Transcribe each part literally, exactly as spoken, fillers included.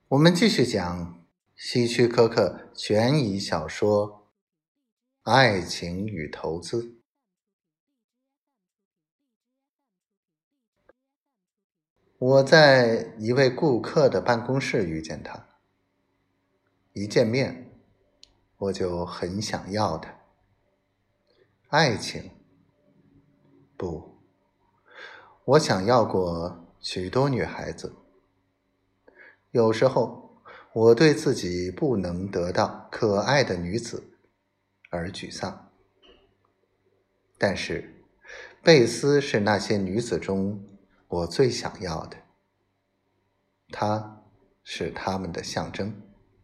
我们继续讲希区柯克悬疑小说《爱情与投资》。我在一位顾客的办公室遇见他，一见面我就很想要他。爱情？不，我想要过许多女孩子。有时候我对自己不能得到可爱的女子而沮丧，但是贝斯是那些女子中我最想要的，她是她们的象征。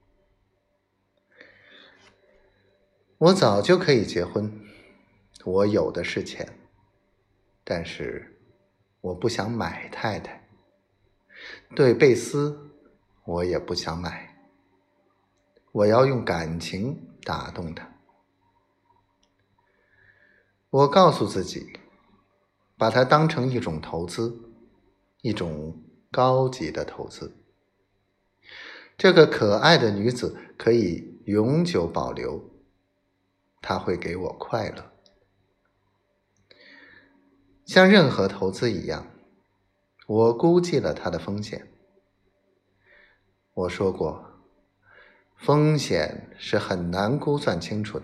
我早就可以结婚，我有的是钱，但是我不想买太太。对贝斯我也不想买，我要用感情打动她。我告诉自己，把它当成一种投资，一种高级的投资。这个可爱的女子可以永久保留，她会给我快乐。像任何投资一样，我估计了它的风险。我说过，风险是很难估算清楚的。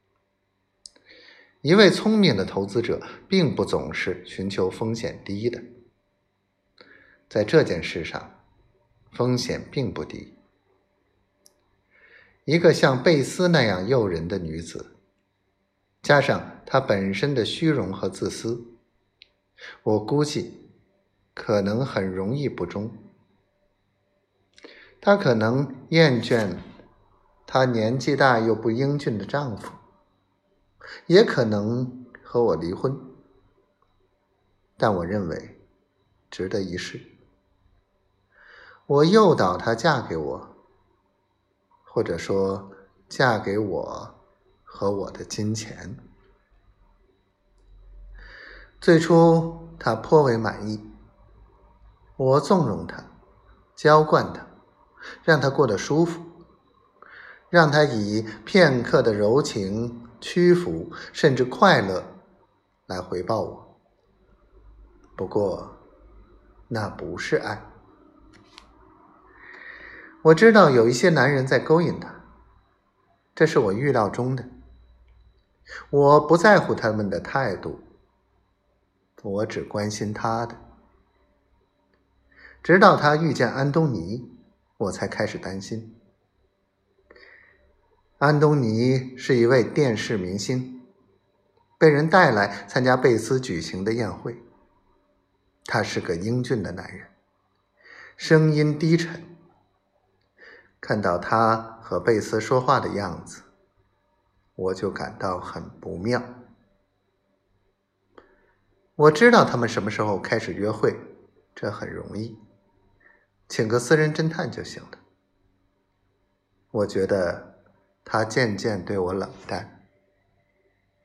一位聪明的投资者并不总是寻求风险低的，在这件事上，风险并不低。一个像贝斯那样诱人的女子，加上她本身的虚荣和自私，我估计可能很容易不忠。她可能厌倦她年纪大又不英俊的丈夫，也可能和我离婚，但我认为值得一试。我诱导她嫁给我，或者说嫁给我和我的金钱。最初她颇为满意，我纵容她，娇惯她，让她过得舒服，让她以片刻的柔情、屈服甚至快乐来回报我。不过那不是爱。我知道有一些男人在勾引她，这是我预料中的。我不在乎他们的态度，我只关心她的。直到她遇见安东尼，我才开始担心。安东尼是一位电视明星，被人带来参加贝斯举行的宴会。他是个英俊的男人，声音低沉。看到他和贝斯说话的样子，我就感到很不妙。我知道他们什么时候开始约会，这很容易，请个私人侦探就行了。我觉得他渐渐对我冷淡。